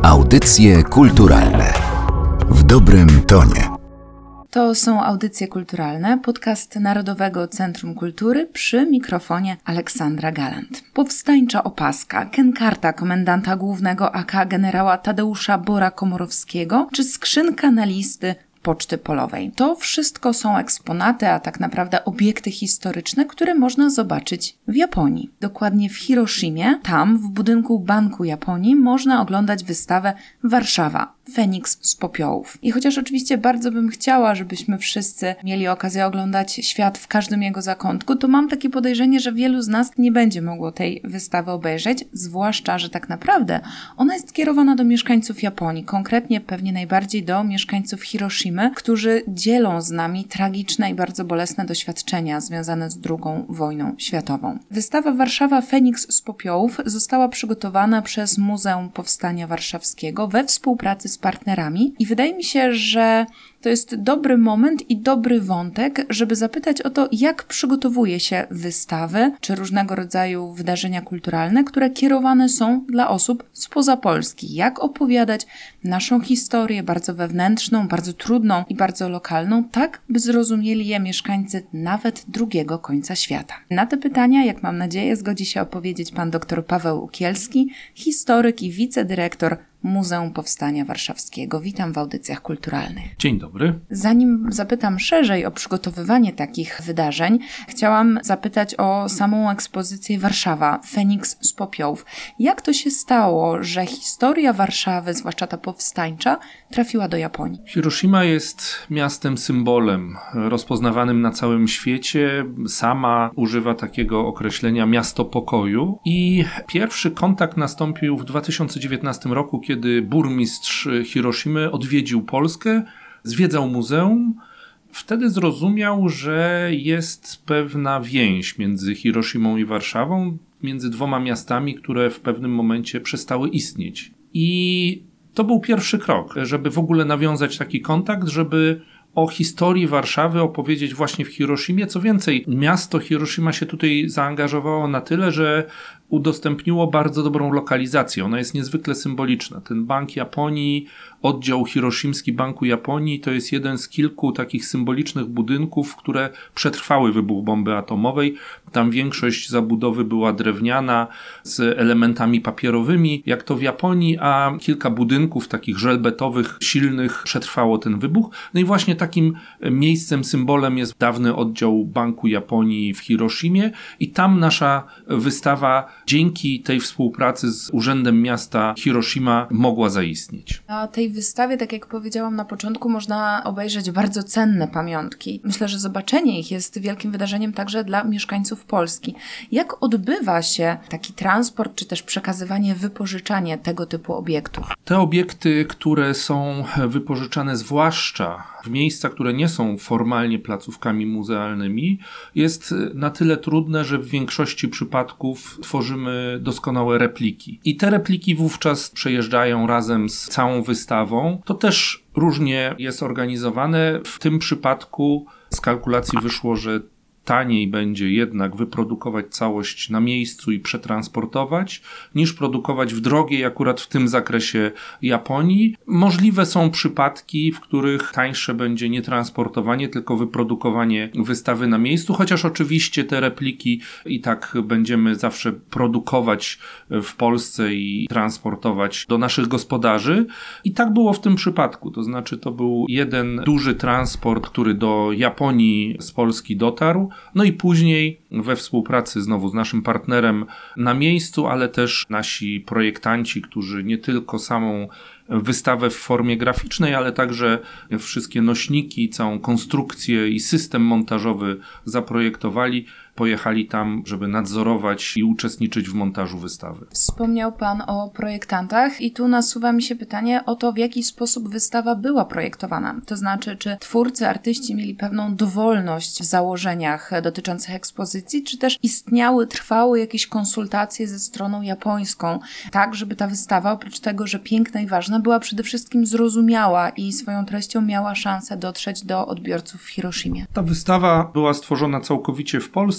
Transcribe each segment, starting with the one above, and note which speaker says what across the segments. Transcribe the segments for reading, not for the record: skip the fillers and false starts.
Speaker 1: Audycje kulturalne w dobrym tonie.
Speaker 2: To są Audycje Kulturalne, podcast Narodowego Centrum Kultury, przy mikrofonie Aleksandra Galant. Powstańcza opaska, kenkarta komendanta głównego AK generała Tadeusza Bora-Komorowskiego czy skrzynka na listy Poczty Polowej. To wszystko są eksponaty, a tak naprawdę obiekty historyczne, które można zobaczyć w Japonii. Dokładnie w Hiroshimie, tam w budynku Banku Japonii można oglądać wystawę Warszawa. Feniks z popiołów. I chociaż oczywiście bardzo bym chciała, żebyśmy wszyscy mieli okazję oglądać świat w każdym jego zakątku, to mam takie podejrzenie, że wielu z nas nie będzie mogło tej wystawy obejrzeć, zwłaszcza, że tak naprawdę ona jest kierowana do mieszkańców Japonii, konkretnie pewnie najbardziej do mieszkańców Hiroshimy, którzy dzielą z nami tragiczne i bardzo bolesne doświadczenia związane z II wojną światową. Wystawa Warszawa Feniks z popiołów została przygotowana przez Muzeum Powstania Warszawskiego we współpracy z partnerami i wydaje mi się, że to jest dobry moment i dobry wątek, żeby zapytać o to, jak przygotowuje się wystawy czy różnego rodzaju wydarzenia kulturalne, które kierowane są dla osób spoza Polski. Jak opowiadać naszą historię, bardzo wewnętrzną, bardzo trudną i bardzo lokalną, tak by zrozumieli je mieszkańcy nawet drugiego końca świata. Na te pytania, jak mam nadzieję, zgodzi się odpowiedzieć pan dr Paweł Ukielski, historyk i wicedyrektor Muzeum Powstania Warszawskiego. Witam w Audycjach Kulturalnych.
Speaker 3: Dzień dobry.
Speaker 2: Zanim zapytam szerzej o przygotowywanie takich wydarzeń, chciałam zapytać o samą ekspozycję Warszawa, Feniks z popiołów. Jak to się stało, że historia Warszawy, zwłaszcza ta powstańcza, trafiła do Japonii?
Speaker 3: Hiroshima jest miastem symbolem, rozpoznawanym na całym świecie. Sama używa takiego określenia miasto pokoju i pierwszy kontakt nastąpił w 2019 roku, kiedy burmistrz Hiroshimy odwiedził Polskę, zwiedzał muzeum. Wtedy zrozumiał, że jest pewna więź między Hiroshimą i Warszawą, między dwoma miastami, które w pewnym momencie przestały istnieć. I to był pierwszy krok, żeby w ogóle nawiązać taki kontakt, żeby o historii Warszawy opowiedzieć właśnie w Hiroshimie. Co więcej, miasto Hiroshima się tutaj zaangażowało na tyle, że udostępniło bardzo dobrą lokalizację. Ona jest niezwykle symboliczna. Ten Bank Japonii, oddział hiroshimski Banku Japonii, to jest jeden z kilku takich symbolicznych budynków, które przetrwały wybuch bomby atomowej. Tam większość zabudowy była drewniana z elementami papierowymi, jak to w Japonii, a kilka budynków takich żelbetowych, silnych przetrwało ten wybuch. No i właśnie takim miejscem, symbolem jest dawny oddział Banku Japonii w Hiroshimie i tam nasza wystawa dzięki tej współpracy z Urzędem Miasta Hiroshima mogła zaistnieć.
Speaker 2: Na tej wystawie, tak jak powiedziałam na początku, można obejrzeć bardzo cenne pamiątki. Myślę, że zobaczenie ich jest wielkim wydarzeniem także dla mieszkańców Polski. Jak odbywa się taki transport, czy też przekazywanie, wypożyczanie tego typu obiektów?
Speaker 3: Te obiekty, które są wypożyczane zwłaszcza w miejsca, które nie są formalnie placówkami muzealnymi, jest na tyle trudne, że w większości przypadków tworzymy doskonałe repliki. I te repliki wówczas przejeżdżają razem z całą wystawą. To też różnie jest organizowane. W tym przypadku z kalkulacji wyszło, że taniej będzie jednak wyprodukować całość na miejscu i przetransportować, niż produkować w drogiej, akurat w tym zakresie Japonii. Możliwe są przypadki, w których tańsze będzie nie transportowanie, tylko wyprodukowanie wystawy na miejscu, chociaż oczywiście te repliki i tak będziemy zawsze produkować w Polsce i transportować do naszych gospodarzy. I tak było w tym przypadku, to znaczy to był jeden duży transport, który do Japonii z Polski dotarł. No i później we współpracy znowu z naszym partnerem na miejscu, ale też nasi projektanci, którzy nie tylko samą wystawę w formie graficznej, ale także wszystkie nośniki, całą konstrukcję i system montażowy zaprojektowali, pojechali tam, żeby nadzorować i uczestniczyć w montażu wystawy.
Speaker 2: Wspomniał Pan o projektantach i tu nasuwa mi się pytanie o to, w jaki sposób wystawa była projektowana. To znaczy, czy twórcy, artyści mieli pewną dowolność w założeniach dotyczących ekspozycji, czy też trwały jakieś konsultacje ze stroną japońską, tak żeby ta wystawa, oprócz tego, że piękna i ważna, była przede wszystkim zrozumiała i swoją treścią miała szansę dotrzeć do odbiorców w Hiroshimie.
Speaker 3: Ta wystawa była stworzona całkowicie w Polsce,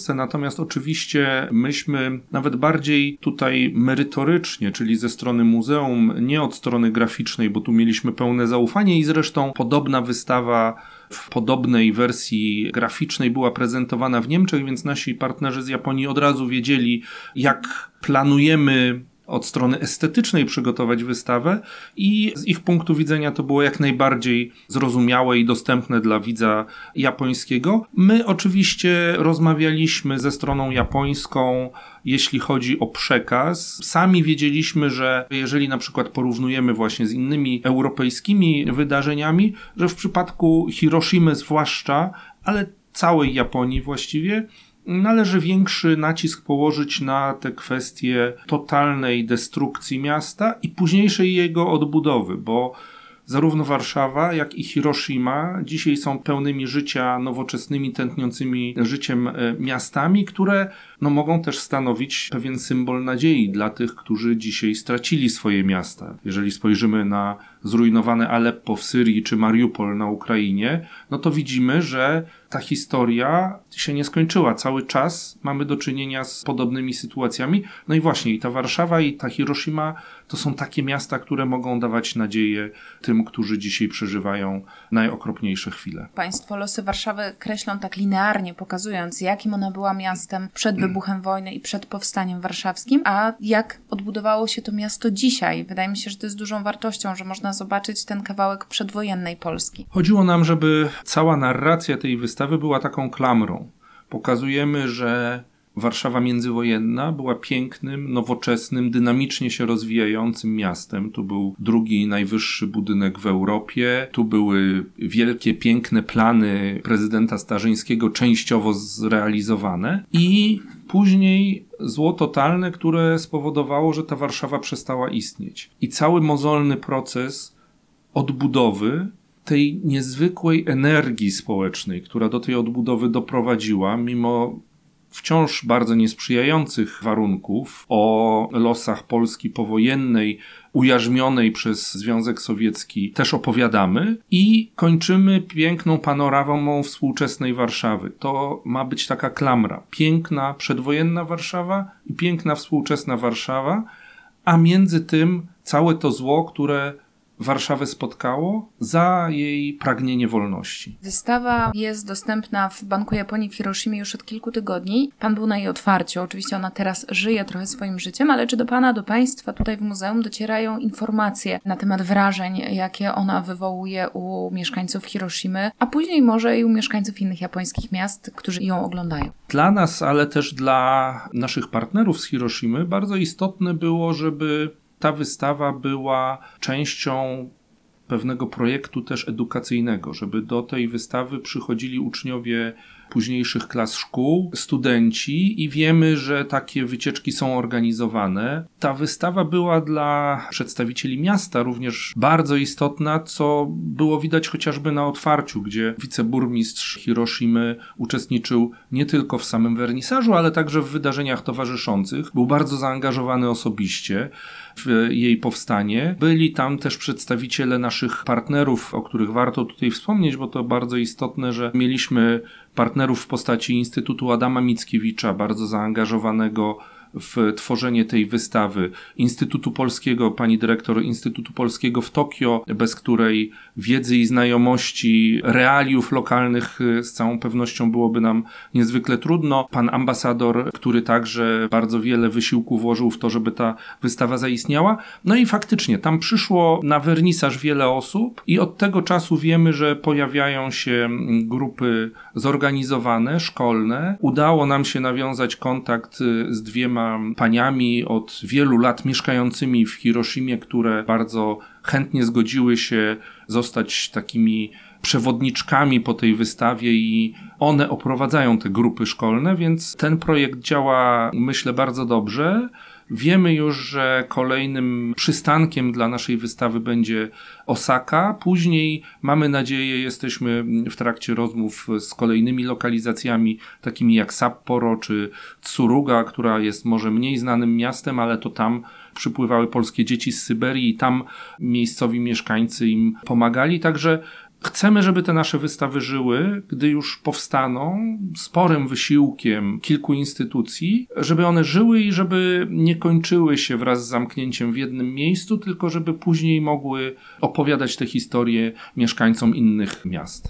Speaker 3: Polsce, natomiast oczywiście myśmy nawet bardziej tutaj merytorycznie, czyli ze strony muzeum, nie od strony graficznej, bo tu mieliśmy pełne zaufanie i zresztą podobna wystawa w podobnej wersji graficznej była prezentowana w Niemczech, więc nasi partnerzy z Japonii od razu wiedzieli, jak planujemy od strony estetycznej przygotować wystawę i z ich punktu widzenia to było jak najbardziej zrozumiałe i dostępne dla widza japońskiego. My oczywiście rozmawialiśmy ze stroną japońską, jeśli chodzi o przekaz. Sami wiedzieliśmy, że jeżeli na przykład porównujemy właśnie z innymi europejskimi wydarzeniami, że w przypadku Hiroshimy zwłaszcza, ale całej Japonii właściwie, należy większy nacisk położyć na te kwestie totalnej destrukcji miasta i późniejszej jego odbudowy, bo zarówno Warszawa, jak i Hiroshima dzisiaj są pełnymi życia, nowoczesnymi, tętniącymi życiem miastami, które mogą też stanowić pewien symbol nadziei dla tych, którzy dzisiaj stracili swoje miasta. Jeżeli spojrzymy na zrujnowane Aleppo w Syrii czy Mariupol na Ukrainie, to widzimy, że ta historia się nie skończyła. Cały czas mamy do czynienia z podobnymi sytuacjami. I właśnie i ta Warszawa i ta Hiroshima to są takie miasta, które mogą dawać nadzieję tym, którzy dzisiaj przeżywają najokropniejsze chwile.
Speaker 2: Państwo losy Warszawy kreślą tak linearnie, pokazując, jakim ona była miastem przed wybuchem wojny i przed powstaniem warszawskim, a jak odbudowało się to miasto dzisiaj. Wydaje mi się, że to jest dużą wartością, że można zobaczyć ten kawałek przedwojennej Polski.
Speaker 3: Chodziło nam, żeby cała narracja tej wystawy była taką klamrą. Pokazujemy, że Warszawa międzywojenna była pięknym, nowoczesnym, dynamicznie się rozwijającym miastem. Tu był drugi najwyższy budynek w Europie. Tu były wielkie, piękne plany prezydenta Starzyńskiego częściowo zrealizowane. I później zło totalne, które spowodowało, że ta Warszawa przestała istnieć. I cały mozolny proces odbudowy tej niezwykłej energii społecznej, która do tej odbudowy doprowadziła, mimo wciąż bardzo niesprzyjających warunków, o losach Polski powojennej, ujarzmionej przez Związek Sowiecki też opowiadamy i kończymy piękną panoramą współczesnej Warszawy. To ma być taka klamra. Piękna przedwojenna Warszawa i piękna współczesna Warszawa, a między tym całe to zło, które Warszawę spotkało za jej pragnienie wolności.
Speaker 2: Wystawa jest dostępna w Banku Japonii w Hiroshimie już od kilku tygodni. Pan był na jej otwarciu. Oczywiście ona teraz żyje trochę swoim życiem, ale czy do Pana, do Państwa tutaj w muzeum docierają informacje na temat wrażeń, jakie ona wywołuje u mieszkańców Hiroshimy, a później może i u mieszkańców innych japońskich miast, którzy ją oglądają?
Speaker 3: Dla nas, ale też dla naszych partnerów z Hiroshimy bardzo istotne było, żeby ta wystawa była częścią pewnego projektu też edukacyjnego, żeby do tej wystawy przychodzili uczniowie późniejszych klas szkół, studenci i wiemy, że takie wycieczki są organizowane. Ta wystawa była dla przedstawicieli miasta również bardzo istotna, co było widać chociażby na otwarciu, gdzie wiceburmistrz Hiroshimy uczestniczył nie tylko w samym wernisażu, ale także w wydarzeniach towarzyszących. Był bardzo zaangażowany osobiście w jej powstanie. Byli tam też przedstawiciele naszych partnerów, o których warto tutaj wspomnieć, bo to bardzo istotne, że mieliśmy partnerów w postaci Instytutu Adama Mickiewicza, bardzo zaangażowanego w tworzenie tej wystawy, Instytutu Polskiego, pani dyrektor Instytutu Polskiego w Tokio, bez której wiedzy i znajomości realiów lokalnych z całą pewnością byłoby nam niezwykle trudno. Pan ambasador, który także bardzo wiele wysiłku włożył w to, żeby ta wystawa zaistniała. I faktycznie tam przyszło na wernisaż wiele osób i od tego czasu wiemy, że pojawiają się grupy zorganizowane, szkolne. Udało nam się nawiązać kontakt z dwiema paniami od wielu lat mieszkającymi w Hiroshimie, które bardzo chętnie zgodziły się zostać takimi przewodniczkami po tej wystawie i one oprowadzają te grupy szkolne, więc ten projekt działa, myślę, bardzo dobrze. Wiemy już, że kolejnym przystankiem dla naszej wystawy będzie Osaka. Później, mamy nadzieję, jesteśmy w trakcie rozmów z kolejnymi lokalizacjami, takimi jak Sapporo czy Tsuruga, która jest może mniej znanym miastem, ale to tam przypływały polskie dzieci z Syberii i tam miejscowi mieszkańcy im pomagali. Także Chcemy, żeby te nasze wystawy żyły, gdy już powstaną, sporym wysiłkiem kilku instytucji, żeby one żyły i żeby nie kończyły się wraz z zamknięciem w jednym miejscu, tylko żeby później mogły opowiadać te historie mieszkańcom innych miast.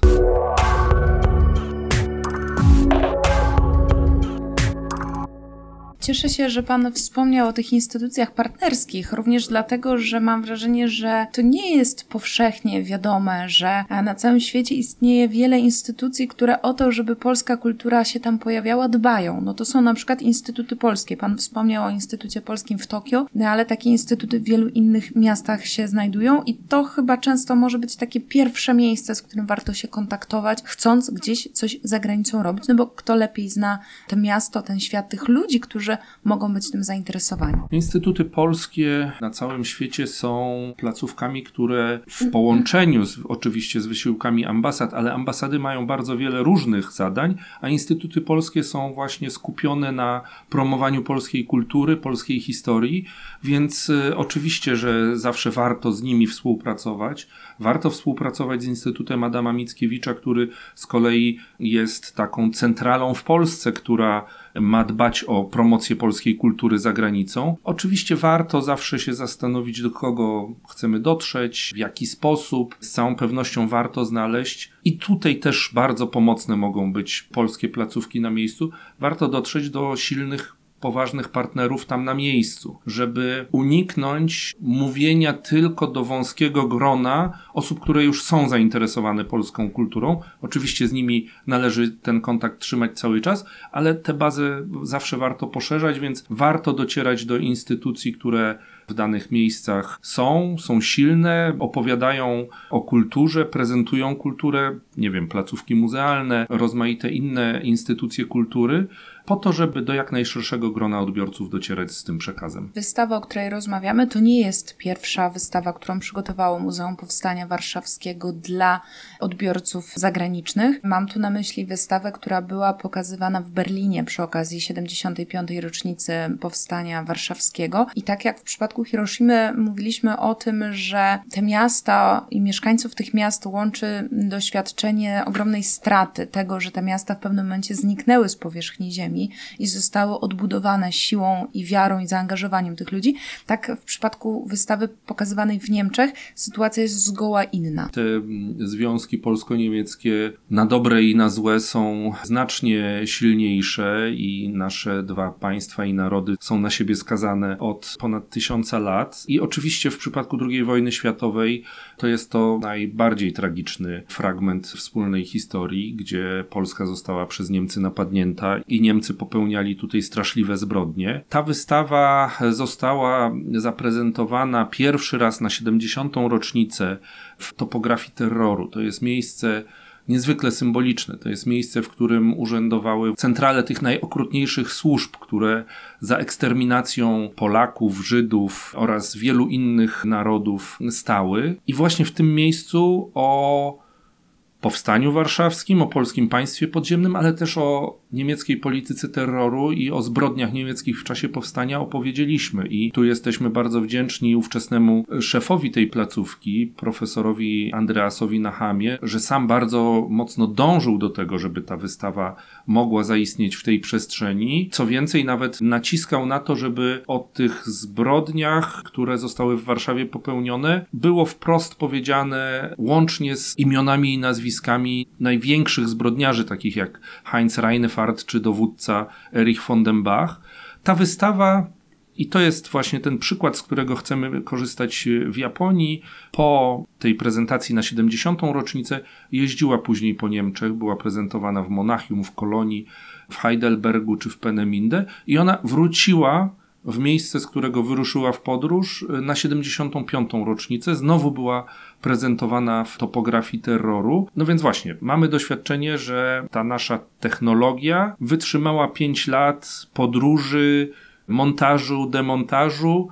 Speaker 2: Cieszę się, że Pan wspomniał o tych instytucjach partnerskich, również dlatego, że mam wrażenie, że to nie jest powszechnie wiadome, że na całym świecie istnieje wiele instytucji, które o to, żeby polska kultura się tam pojawiała, dbają. No to są na przykład instytuty polskie. Pan wspomniał o Instytucie Polskim w Tokio, ale takie instytuty w wielu innych miastach się znajdują i to chyba często może być takie pierwsze miejsce, z którym warto się kontaktować, chcąc gdzieś coś za granicą robić, no bo kto lepiej zna to miasto, ten świat, tych ludzi, którzy mogą być tym zainteresowani.
Speaker 3: Instytuty polskie na całym świecie są placówkami, które w połączeniu oczywiście z wysiłkami ambasad, ale ambasady mają bardzo wiele różnych zadań, a instytuty polskie są właśnie skupione na promowaniu polskiej kultury, polskiej historii, więc oczywiście, że zawsze warto z nimi współpracować. Warto współpracować z Instytutem Adama Mickiewicza, który z kolei jest taką centralą w Polsce, która ma dbać o promocję polskiej kultury za granicą. Oczywiście warto zawsze się zastanowić, do kogo chcemy dotrzeć, w jaki sposób. Z całą pewnością warto znaleźć i tutaj też bardzo pomocne mogą być polskie placówki na miejscu. Warto dotrzeć do silnych, poważnych partnerów tam na miejscu, żeby uniknąć mówienia tylko do wąskiego grona osób, które już są zainteresowane polską kulturą. Oczywiście z nimi należy ten kontakt trzymać cały czas, ale tę bazę zawsze warto poszerzać, więc warto docierać do instytucji, które w danych miejscach są silne, opowiadają o kulturze, prezentują kulturę, nie wiem, placówki muzealne, rozmaite inne instytucje kultury, po to, żeby do jak najszerszego grona odbiorców docierać z tym przekazem.
Speaker 2: Wystawa, o której rozmawiamy, to nie jest pierwsza wystawa, którą przygotowało Muzeum Powstania Warszawskiego dla odbiorców zagranicznych. Mam tu na myśli wystawę, która była pokazywana w Berlinie przy okazji 75. rocznicy Powstania Warszawskiego. I tak jak w przypadku Hiroshimy mówiliśmy o tym, że te miasta i mieszkańców tych miast łączy doświadczenie ogromnej straty tego, że te miasta w pewnym momencie zniknęły z powierzchni ziemi i zostały odbudowane siłą i wiarą i zaangażowaniem tych ludzi. Tak w przypadku wystawy pokazywanej w Niemczech sytuacja jest zgoła inna.
Speaker 3: Te związki polsko-niemieckie na dobre i na złe są znacznie silniejsze i nasze dwa państwa i narody są na siebie skazane od ponad 1000 lat. I oczywiście w przypadku II wojny światowej to jest to najbardziej tragiczny fragment wspólnej historii, gdzie Polska została przez Niemcy napadnięta i Niemcy popełniali tutaj straszliwe zbrodnie. Ta wystawa została zaprezentowana pierwszy raz na 70. rocznicę w topografii terroru. To jest miejsce niezwykle symboliczne. To jest miejsce, w którym urzędowały centrale tych najokrutniejszych służb, które za eksterminacją Polaków, Żydów oraz wielu innych narodów stały. I właśnie w tym miejscu o powstaniu warszawskim, o polskim państwie podziemnym, ale też o niemieckiej polityce terroru i o zbrodniach niemieckich w czasie powstania opowiedzieliśmy. I tu jesteśmy bardzo wdzięczni ówczesnemu szefowi tej placówki, profesorowi Andreasowi Nachamie, że sam bardzo mocno dążył do tego, żeby ta wystawa mogła zaistnieć w tej przestrzeni. Co więcej, nawet naciskał na to, żeby o tych zbrodniach, które zostały w Warszawie popełnione, było wprost powiedziane łącznie z imionami i nazwiskami największych zbrodniarzy, takich jak Heinz Reinefeld czy dowódca Erich von dem Bach. Ta wystawa, i to jest właśnie ten przykład, z którego chcemy korzystać w Japonii, po tej prezentacji na 70. rocznicę jeździła później po Niemczech, była prezentowana w Monachium, w Kolonii, w Heidelbergu czy w Peenemünde i ona wróciła w miejsce, z którego wyruszyła w podróż na 75. rocznicę. Znowu była prezentowana w topografii terroru. No więc właśnie, mamy doświadczenie, że ta nasza technologia wytrzymała 5 lat podróży, montażu, demontażu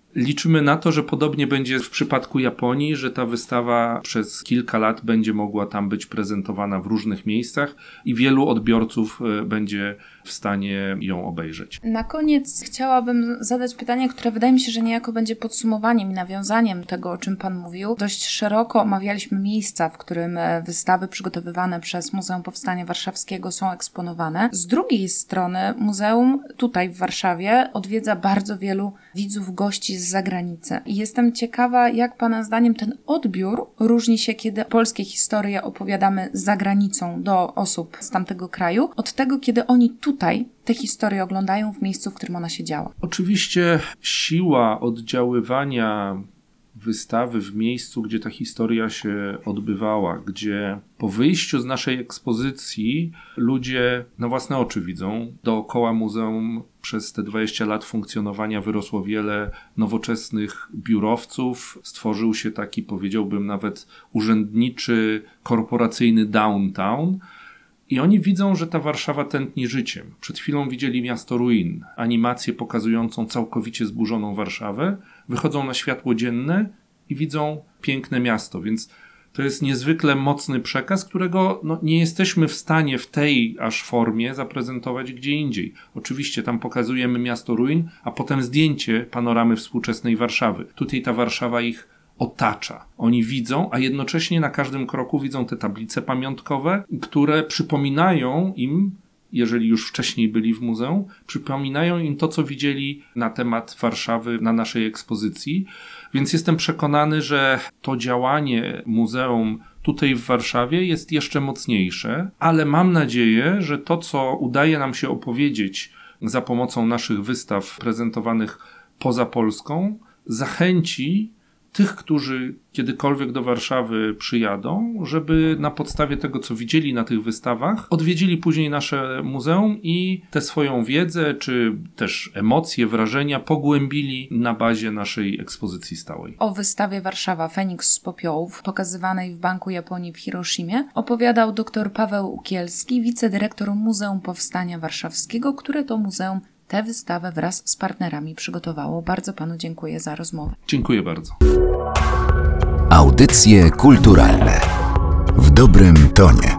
Speaker 3: Liczymy na to, że podobnie będzie w przypadku Japonii, że ta wystawa przez kilka lat będzie mogła tam być prezentowana w różnych miejscach i wielu odbiorców będzie w stanie ją obejrzeć.
Speaker 2: Na koniec chciałabym zadać pytanie, które wydaje mi się, że niejako będzie podsumowaniem i nawiązaniem tego, o czym Pan mówił. Dość szeroko omawialiśmy miejsca, w którym wystawy przygotowywane przez Muzeum Powstania Warszawskiego są eksponowane. Z drugiej strony muzeum tutaj w Warszawie odwiedza bardzo wielu widzów, gości z zagranicy. I jestem ciekawa, jak Pana zdaniem ten odbiór różni się, kiedy polskie historie opowiadamy za granicą do osób z tamtego kraju, od tego, kiedy oni tutaj te historie oglądają w miejscu, w którym ona się działa.
Speaker 3: Oczywiście siła oddziaływania wystawy w miejscu, gdzie ta historia się odbywała, gdzie po wyjściu z naszej ekspozycji ludzie na własne oczy widzą. Dookoła muzeum przez te 20 lat funkcjonowania wyrosło wiele nowoczesnych biurowców. Stworzył się taki, powiedziałbym, nawet urzędniczy, korporacyjny downtown. I oni widzą, że ta Warszawa tętni życiem. Przed chwilą widzieli miasto ruin, animację pokazującą całkowicie zburzoną Warszawę. Wychodzą na światło dzienne i widzą piękne miasto, więc to jest niezwykle mocny przekaz, którego nie jesteśmy w stanie w tej aż formie zaprezentować gdzie indziej. Oczywiście tam pokazujemy miasto ruin, a potem zdjęcie panoramy współczesnej Warszawy. Tutaj ta Warszawa ich otacza. Oni widzą, a jednocześnie na każdym kroku widzą te tablice pamiątkowe, które przypominają im, jeżeli już wcześniej byli w muzeum, przypominają im to, co widzieli na temat Warszawy na naszej ekspozycji. Więc jestem przekonany, że to działanie muzeum tutaj w Warszawie jest jeszcze mocniejsze, ale mam nadzieję, że to, co udaje nam się opowiedzieć za pomocą naszych wystaw prezentowanych poza Polską, zachęci tych, którzy kiedykolwiek do Warszawy przyjadą, żeby na podstawie tego, co widzieli na tych wystawach, odwiedzili później nasze muzeum i tę swoją wiedzę, czy też emocje, wrażenia pogłębili na bazie naszej ekspozycji stałej.
Speaker 2: O wystawie Warszawa Feniks z popiołów, pokazywanej w Banku Japonii w Hiroshimie, opowiadał dr Paweł Ukielski, wicedyrektor Muzeum Powstania Warszawskiego, które to muzeum tę wystawę wraz z partnerami przygotowało. Bardzo Panu dziękuję za rozmowę.
Speaker 3: Dziękuję bardzo.
Speaker 1: Audycje kulturalne w dobrym tonie.